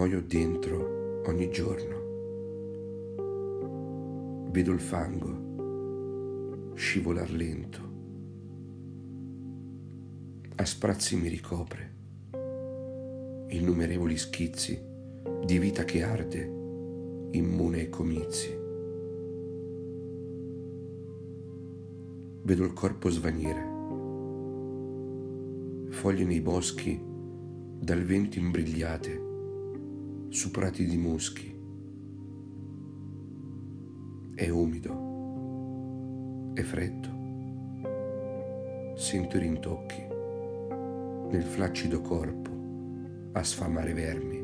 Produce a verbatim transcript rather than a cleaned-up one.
muoio dentro ogni giorno. Vedo il fango scivolar lento, a sprazzi mi ricopre, innumerevoli schizzi di vita che arde, immune ai comizi. Vedo il corpo svanire, foglie nei boschi dal vento imbrigliate, su prati di muschi. È umido, è freddo, sento i rintocchi nel flaccido corpo a sfamare vermi.